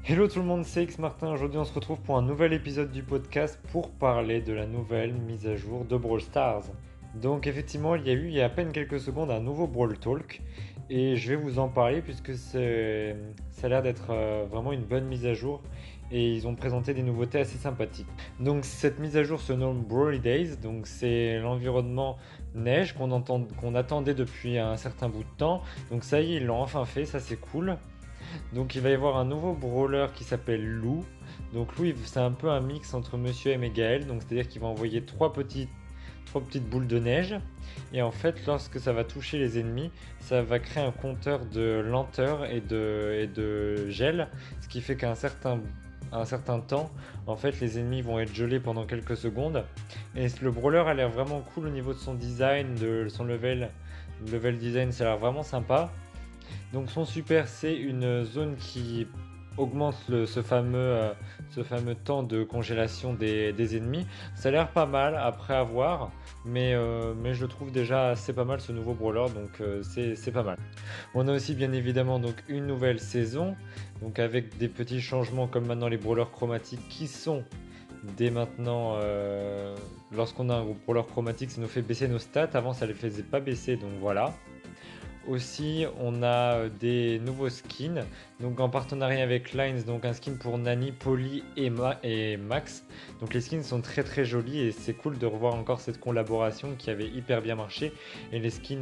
Hello tout le monde, c'est X Martin. Aujourd'hui, on se retrouve pour un nouvel épisode du podcast pour parler de la nouvelle mise à jour de Brawl Stars. Donc, effectivement, il y a à peine quelques secondes un nouveau Brawl Talk et je vais vous en parler puisque ça a l'air d'être vraiment une bonne mise à jour et ils ont présenté des nouveautés assez sympathiques. Donc, cette mise à jour se nomme Brawly Days, donc c'est l'environnement neige qu'on attendait depuis un certain bout de temps. Donc, ça y est, ils l'ont enfin fait, ça c'est cool. Donc il va y avoir un nouveau brawler qui s'appelle Lou. Donc Lou, c'est un peu un mix entre Monsieur M et Gaël. Donc c'est-à-dire qu'il va envoyer trois petites boules de neige. Et en fait, lorsque ça va toucher les ennemis, ça va créer un compteur de lenteur et de gel. Ce qui fait un certain temps, en fait, les ennemis vont être gelés pendant quelques secondes. Et le brawler a l'air vraiment cool au niveau de son design, de son level. Le level design, ça a l'air vraiment sympa. Donc son super, c'est une zone qui augmente ce fameux temps de congélation des ennemis. Ça a l'air pas mal après avoir, mais je le trouve déjà assez pas mal ce nouveau brawler, donc c'est pas mal. On a aussi bien évidemment donc une nouvelle saison, donc avec des petits changements comme maintenant les brawlers chromatiques qui sont dès maintenant, lorsqu'on a un brawler chromatique, ça nous fait baisser nos stats. Avant, ça ne les faisait pas baisser, donc voilà. Aussi, on a des nouveaux skins, donc en partenariat avec Lines, donc un skin pour Nani, Polly et Max. Donc les skins sont très très jolis et c'est cool de revoir encore cette collaboration qui avait hyper bien marché. Et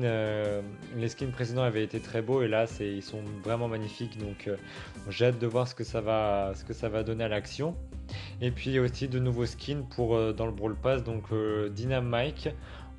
les skins précédents avaient été très beaux et là ils sont vraiment magnifiques. Donc j'ai hâte de voir ce que ça va donner à l'action. Et puis aussi de nouveaux skins pour dans le Brawl Pass, donc Dynamike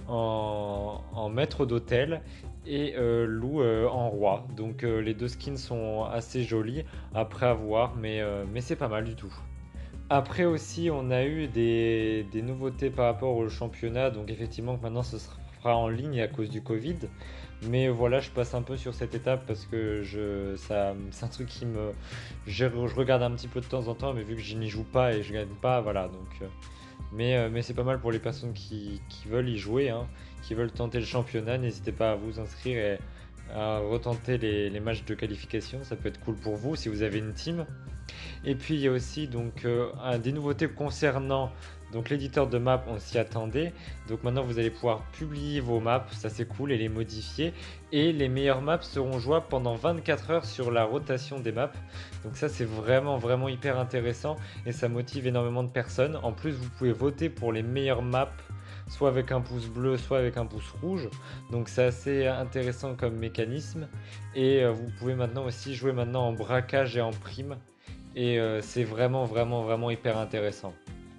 en maître d'hôtel et Lou en roi. Donc les deux skins sont assez jolis après avoir, mais c'est pas mal du tout. Après aussi, on a eu des nouveautés par rapport au championnat. Donc effectivement, que maintenant ce sera en ligne à cause du Covid. Mais voilà, je passe un peu sur cette étape parce que c'est un truc je regarde un petit peu de temps en temps, mais vu que je n'y joue pas et je gagne pas, voilà. Donc, mais c'est pas mal pour les personnes qui veulent y jouer, hein, qui veulent tenter le championnat. N'hésitez pas à vous inscrire et à retenter les matchs de qualification. Ça peut être cool pour vous si vous avez une team. Et puis il y a aussi donc des nouveautés concernant donc l'éditeur de map, on s'y attendait. Donc maintenant vous allez pouvoir publier vos maps, ça c'est cool, et les modifier. Et les meilleures maps seront jouables pendant 24 heures sur la rotation des maps. Donc ça c'est vraiment vraiment hyper intéressant et ça motive énormément de personnes. En plus vous pouvez voter pour les meilleures maps soit avec un pouce bleu, soit avec un pouce rouge. Donc c'est assez intéressant comme mécanisme. Et vous pouvez maintenant aussi jouer maintenant en braquage et en prime. Et c'est vraiment, vraiment, vraiment hyper intéressant.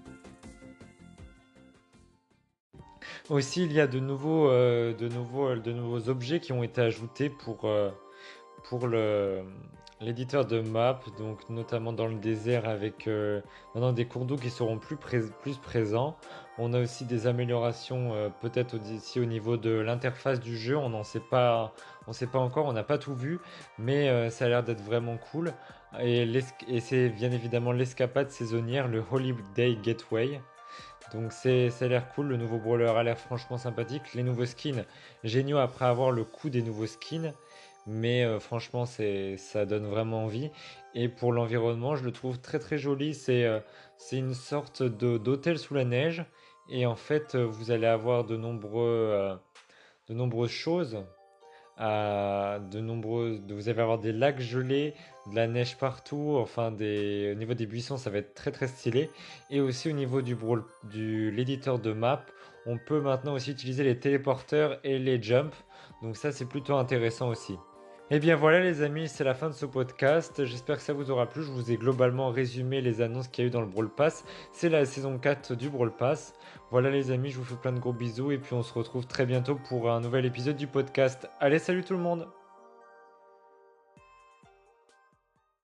Aussi, il y a de nouveaux objets qui ont été ajoutés pour l'éditeur de map, donc notamment dans le désert avec maintenant des cours d'eau qui seront plus présents. On a aussi des améliorations peut-être aussi au niveau de l'interface du jeu. On sait pas encore, on n'a pas tout vu, mais ça a l'air d'être vraiment cool. Et c'est bien évidemment l'escapade saisonnière, le Holiday Gateway. Donc ça a l'air cool, le nouveau brawler a l'air franchement sympathique. Les nouveaux skins, géniaux après avoir le coup des nouveaux skins. Mais franchement, ça donne vraiment envie. Et pour l'environnement, je le trouve très très joli. C'est une sorte d'hôtel sous la neige. Et en fait, vous allez avoir de nombreuses choses vous allez avoir des lacs gelés, de la neige partout, au niveau des buissons, ça va être très très stylé. Et aussi au niveau l'éditeur de map, on peut maintenant aussi utiliser les téléporteurs et les jumps. Donc ça, c'est plutôt intéressant aussi. Et bien voilà les amis, c'est la fin de ce podcast. J'espère que ça vous aura plu. Je vous ai globalement résumé les annonces qu'il y a eu dans le Brawl Pass. C'est la saison 4 du Brawl Pass. Voilà les amis, je vous fais plein de gros bisous et puis on se retrouve très bientôt pour un nouvel épisode du podcast. Allez, salut tout le monde!